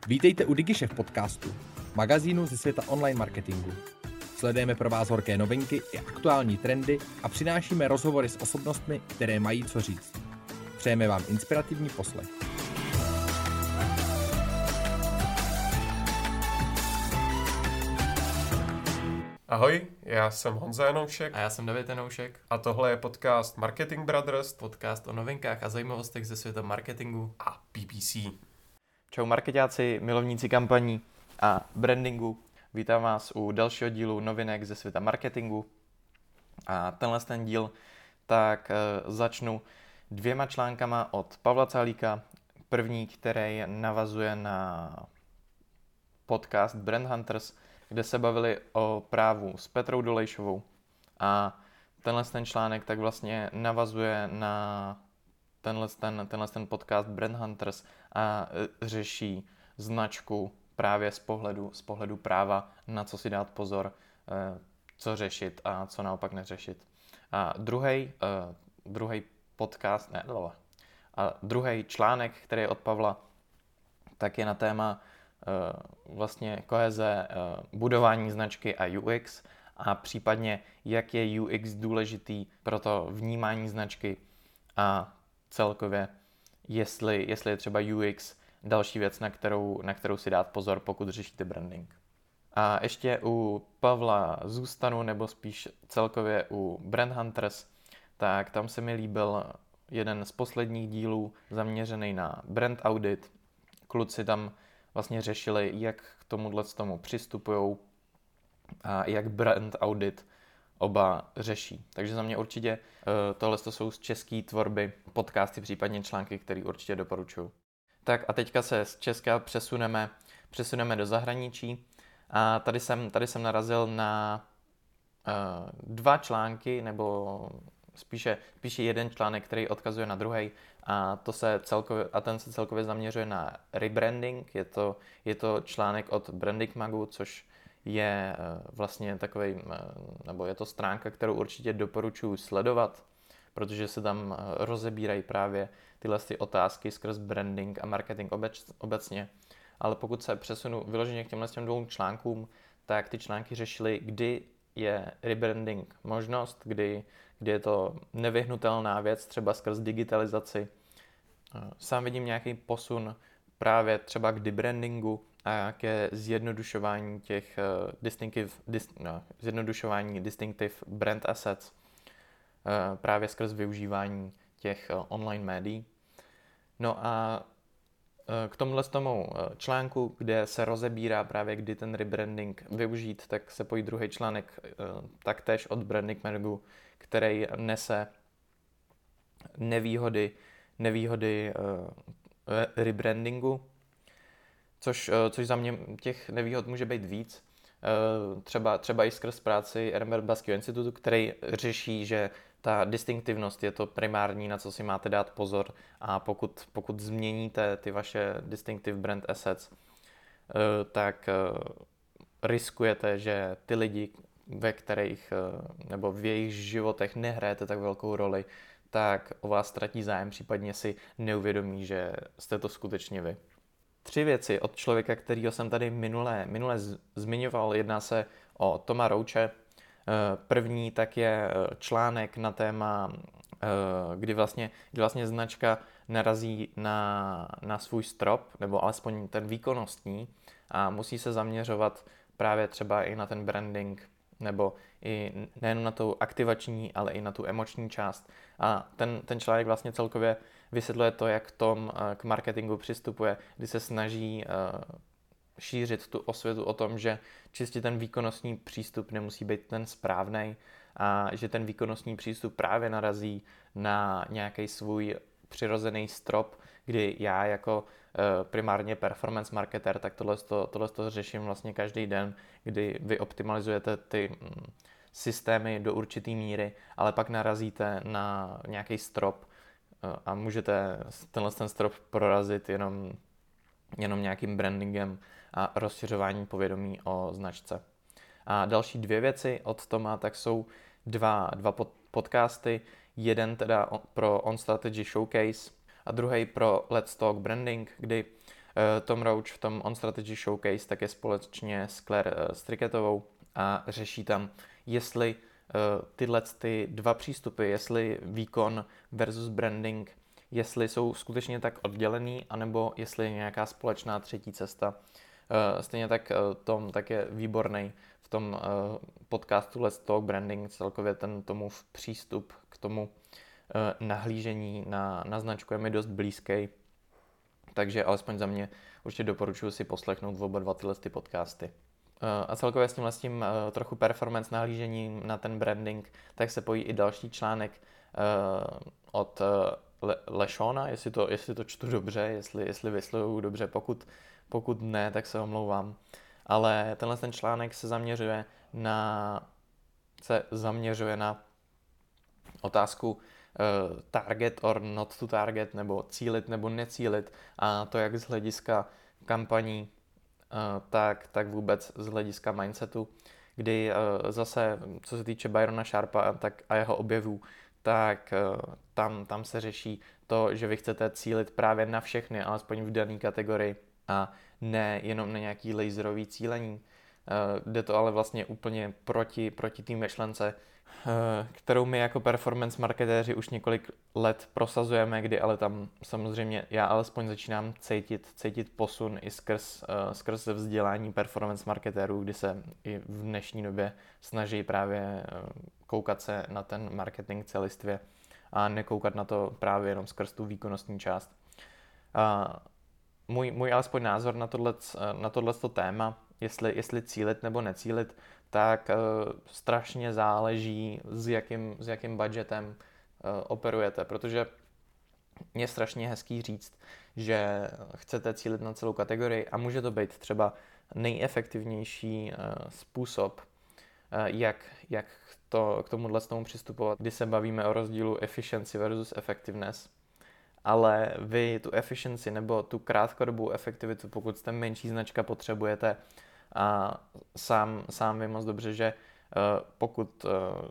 Vítejte u DigiShef podcastu, magazínu ze světa online marketingu. Sledujeme pro vás horké novinky i aktuální trendy a přinášíme rozhovory s osobnostmi, které mají co říct. Přejeme vám inspirativní poslech. Ahoj, já jsem Honza Janoušek. A já jsem David Janoušek. A tohle je podcast Marketing Brothers. Podcast o novinkách a zajímavostech ze světa marketingu a PPC. Čau marketáci, milovníci kampaní a brandingu. Vítám vás u dalšího dílu novinek ze světa marketingu. A tenhle ten díl tak začnu 2 článkama od Pavla Cálíka. První, který navazuje na podcast Brand Hunters, kde se bavili o právu s Petrou Dolejšovou. A tenhle ten článek tak vlastně navazuje na tenhle podcast Brand Hunters a řeší značku právě z pohledu práva, na co si dát pozor, co řešit a co naopak neřešit. A druhý článek, který je od Pavla, tak je na téma vlastně koheze budování značky a UX a případně jak je UX důležitý pro to vnímání značky a celkově jestli je třeba UX další věc, na kterou si dát pozor, pokud řešíte branding. A ještě u Pavla zůstanu, nebo spíš celkově u Brand Hunters, tak tam se mi líbil jeden z posledních dílů zaměřený na brand audit. Kluci tam vlastně řešili, jak k tomu přistupujou a jak brand audit oba řeší. Takže za mě určitě tohle jsou z české tvorby podcasty, případně články, které určitě doporučuju. Tak a teďka se z Česka přesuneme do zahraničí. A tady jsem narazil na 2 články, nebo spíše jeden článek, který odkazuje na druhý, a ten se celkově zaměřuje na rebranding. Je to článek od Branding Magu, což je vlastně takovej, nebo je to stránka, kterou určitě doporučuji sledovat, protože se tam rozebírají právě tyhle otázky skrz branding a marketing obecně. Ale pokud se přesunu vyloženě k těmhle 2 článkům, tak ty články řešily, kdy je rebranding možnost, kdy je to nevyhnutelná věc, třeba skrz digitalizaci. Sám vidím nějaký posun právě třeba k debrandingu a ke zjednodušování těch distinctive brand assets právě skrz využívání těch online médií. No a k tomu článku, kde se rozebírá právě, kdy ten rebranding využít, tak se pojí druhý článek taktéž od Branding Magu, který nese nevýhody rebrandingu, což za mě těch nevýhod může být víc. Třeba i skrz práci Ehrenberg institutu, který řeší, že ta distinktivnost je to primární, na co si máte dát pozor, a pokud změníte ty vaše distinctive brand assets, tak riskujete, že ty lidi, ve kterých nebo v jejich životech nehrajete tak velkou roli, tak o vás ztratí zájem, případně si neuvědomí, že jste to skutečně vy. 3 věci od člověka, kterýho jsem tady minule zmiňoval. Jedná se o Toma Roache. První tak je článek na téma, kdy vlastně značka narazí na svůj strop, nebo alespoň ten výkonnostní, a musí se zaměřovat právě třeba i na ten branding, nebo i nejen na tu aktivační, ale i na tu emoční část. A ten článek vlastně celkově vysvětluje to, jak Tom k marketingu přistupuje, kdy se snaží šířit tu osvětu o tom, že čistě ten výkonnostní přístup nemusí být ten správnej a že ten výkonnostní přístup právě narazí na nějaký svůj přirozený strop, kdy já jako primárně performance marketer, tak tohle řeším vlastně každý den, kdy vy optimalizujete ty systémy do určitý míry, ale pak narazíte na nějaký strop a můžete ten strop prorazit jenom nějakým brandingem a rozšiřováním povědomí o značce. A další 2 věci od Toma tak jsou 2 podcasty. Jeden teda pro On Strategy Showcase a druhý pro Let's Talk Branding, kdy Tom Roach v tom On Strategy Showcase tak je společně s Claire Stricketovou a řeší tam, jestli tyhle ty dva přístupy, jestli výkon versus branding, jestli jsou skutečně tak oddělený, anebo jestli je nějaká společná třetí cesta. Stejně tak Tom tak je výborný v tom podcastu Let's Talk Branding, celkově ten Tomův přístup k tomu nahlížení na značku je mi dost blízký, takže alespoň za mě určitě doporučuji si poslechnout oba dva tyhle ty podcasty. A celkově s tím trochu performance nahlížením na ten branding, tak se pojí i další článek od Lešona, jestli to čtu dobře, jestli vyslovuju dobře, pokud ne, tak se omlouvám. Ale tenhle ten článek se zaměřuje na otázku target or not to target, nebo cílit nebo necílit, a to jak z hlediska kampaní, tak vůbec z hlediska mindsetu, kdy zase, co se týče Byrona Sharpa a jeho objevů, tak tam se řeší to, že vy chcete cílit právě na všechny, alespoň v dané kategorii, a ne jenom na nějaký laserový cílení. Jde to ale vlastně úplně proti té myšlence, kterou my jako performance marketéři už několik let prosazujeme, kdy ale tam samozřejmě já alespoň začínám cítit posun i skrz vzdělání performance marketérů, kdy se i v dnešní době snaží právě koukat se na ten marketing celistvě a nekoukat na to právě jenom skrz tu výkonnostní část. Můj alespoň názor na tohleto téma, jestli cílit nebo necílit, tak strašně záleží, s jakým budgetem operujete, protože je strašně hezký říct, že chcete cílit na celou kategorii a může to být třeba nejefektivnější způsob, jak k tomuhle přistupovat, kdy se bavíme o rozdílu efficiency versus effectiveness. Ale vy tu efficiency nebo tu krátkodobou efektivitu, pokud jste menší značka, potřebujete, a sám vím moc dobře, že pokud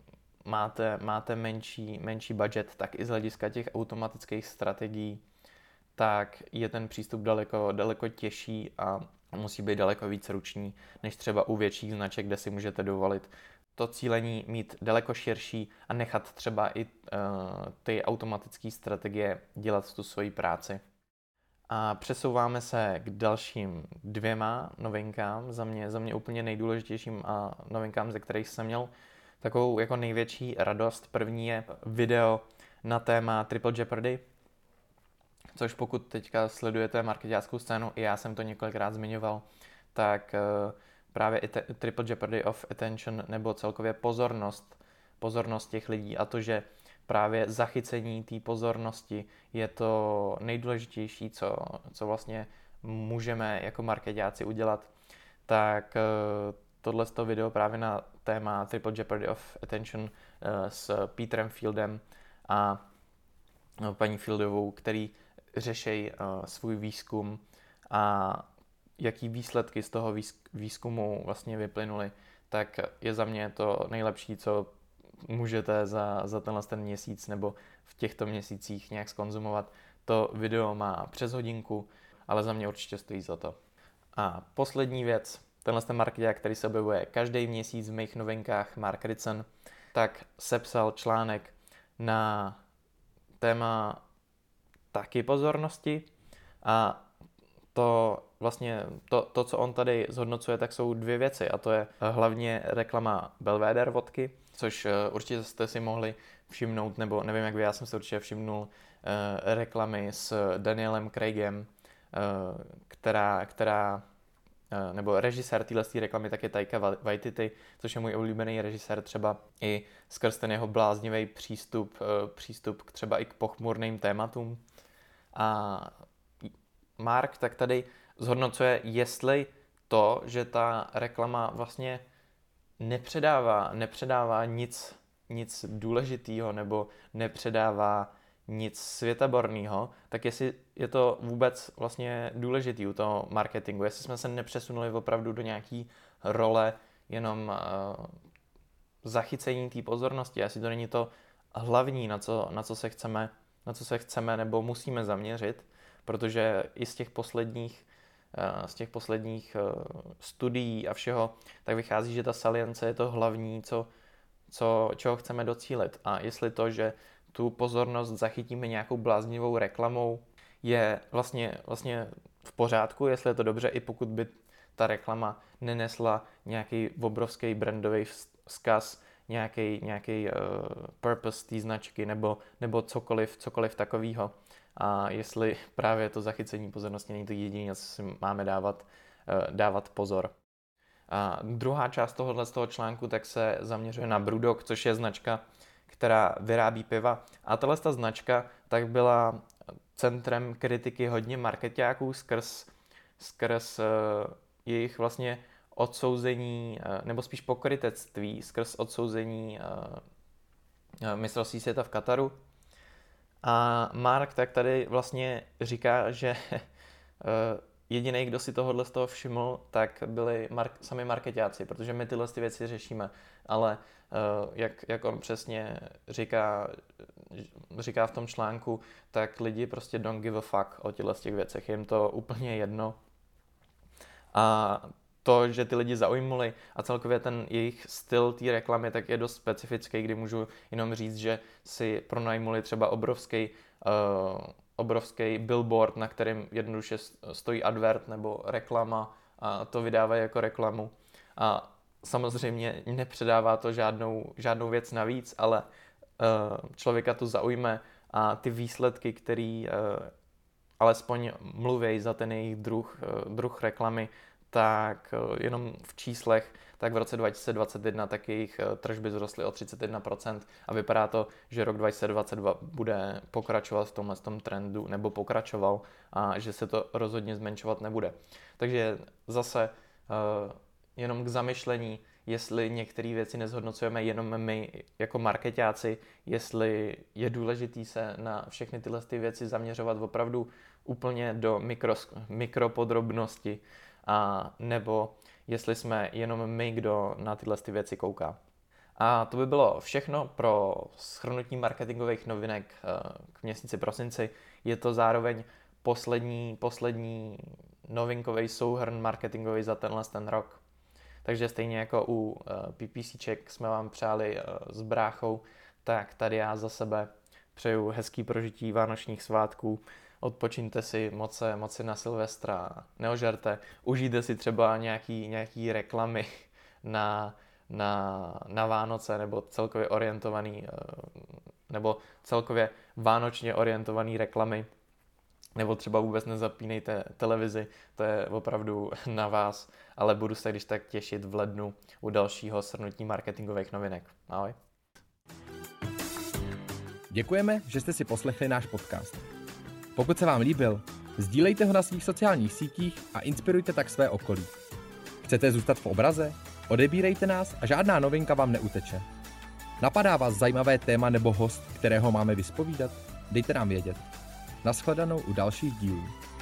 máte menší budget, tak i z hlediska těch automatických strategií, tak je ten přístup daleko těžší a musí být daleko víc ruční, než třeba u větších značek, kde si můžete dovolit to cílení mít daleko širší a nechat třeba i ty automatické strategie dělat tu svoji práci. A přesouváme se k dalším dvěma novinkám, za mě úplně nejdůležitějším a novinkám, ze kterých jsem měl takovou jako největší radost. První je video na téma Triple Jeopardy, což pokud teďka sledujete marketářskou scénu, i já jsem to několikrát zmiňoval, tak právě i Triple Jeopardy of Attention, nebo celkově pozornost těch lidí, a to, že právě zachycení té pozornosti je to nejdůležitější, co vlastně můžeme jako marketáci udělat, tak tohleto video právě na téma Triple Jeopardy of Attention s Petrem Fieldem a paní Fieldovou, který řeší svůj výzkum a jaký výsledky z toho výzkumu vlastně vyplynuly, tak je za mě to nejlepší, co můžete za ten měsíc nebo v těchto měsících nějak zkonzumovat. To video má přes hodinku, ale za mě určitě stojí za to. A poslední věc, tenhle marketák, který se objevuje každý měsíc v mých novinkách, Mark Ritson, tak sepsal článek na téma taky pozornosti, a to, co on tady zhodnocuje, tak jsou dvě věci, a to je hlavně reklama Belvedere vodky, což určitě jste si mohli všimnout, nebo nevím jak vy, já jsem si určitě všimnul reklamy s Danielem Craigem, nebo režisér téhleté reklamy tak je Taika Waititi, což je můj oblíbený režisér, třeba i skrz ten jeho bláznivý přístup třeba i k pochmurným tématům. A Mark tak tady zhodnocuje, jestli to, že ta reklama vlastně nepředává nic důležitýho nebo nepředává nic světaborného, tak jestli je to vůbec vlastně důležitý u toho marketingu, jestli jsme se nepřesunuli opravdu do nějaký role jenom zachycení té pozornosti, jestli to není to hlavní, na co se chceme nebo musíme zaměřit, protože i z těch posledních z těch posledních studií a všeho, tak vychází, že ta salience je to hlavní, čeho chceme docílit. A jestli to, že tu pozornost zachytíme nějakou bláznivou reklamou, je vlastně v pořádku, jestli je to dobře, i pokud by ta nenesla nějaký obrovský brandový vzkaz, nějaký purpose té značky nebo cokoliv takového. A jestli právě to zachycení pozornosti není to jediné, co si máme dávat pozor. A druhá část z toho článku tak se zaměřuje na Brewdog, což je značka, která vyrábí piva. A tahle značka tak byla centrem kritiky hodně marketáků skrz jejich vlastně odsouzení, nebo spíš pokrytectví, skrz odsouzení mistrovství světa v Kataru. A Mark tak tady vlastně říká, že jediný, kdo si tohohle z toho všiml, tak byli sami marketáci, protože my tyhle věci řešíme, ale jak on přesně říká v tom článku, tak lidi prostě don't give a fuck o těch věcech, jim to úplně jedno. A to, že ty lidi zaujmuli a celkově ten jejich styl té reklamy, tak je dost specifický, kdy můžu jenom říct, že si pronajmuli třeba obrovský billboard, na kterém jednoduše stojí advert nebo reklama a to vydávají jako reklamu. A samozřejmě nepředává to žádnou věc navíc, ale člověka to zaujme a ty výsledky, který alespoň mluví za ten jejich druh reklamy, tak jenom v číslech, tak v roce 2021 tak jejich tržby vzrostly o 31% a vypadá to, že rok 2022 bude pokračovat v tomhle trendu, nebo pokračoval a že se to rozhodně zmenšovat nebude. Takže zase jenom k zamyšlení, jestli některé věci nezhodnocujeme jenom my jako marketáci, jestli je důležitý se na všechny tyhle věci zaměřovat opravdu úplně do mikropodrobnosti, a nebo jestli jsme jenom my, kdo na tyhle věci kouká. A to by bylo všechno pro shrnutí marketingových novinek k měsíci prosinci. Je to zároveň poslední novinkový souhrn marketingový za ten rok. Takže stejně jako u PPCček jsme vám přáli s bráchou, tak tady já za sebe přeju hezký prožití vánočních svátků. Odpočiňte si moc na Silvestra, neožerte, užijte si třeba nějaký reklamy na Vánoce nebo celkově vánočně orientovaný reklamy, nebo třeba vůbec nezapínejte televizi, to je opravdu na vás, ale budu se když tak těšit v lednu u dalšího shrnutí marketingových novinek. Ahoj. Děkujeme, že jste si poslechli náš podcast. Pokud se vám líbil, sdílejte ho na svých sociálních sítích a inspirujte tak své okolí. Chcete zůstat v obraze? Odebírejte nás a žádná novinka vám neuteče. Napadá vás zajímavé téma nebo host, kterého máme vyspovídat? Dejte nám vědět. Nashledanou u dalších dílů.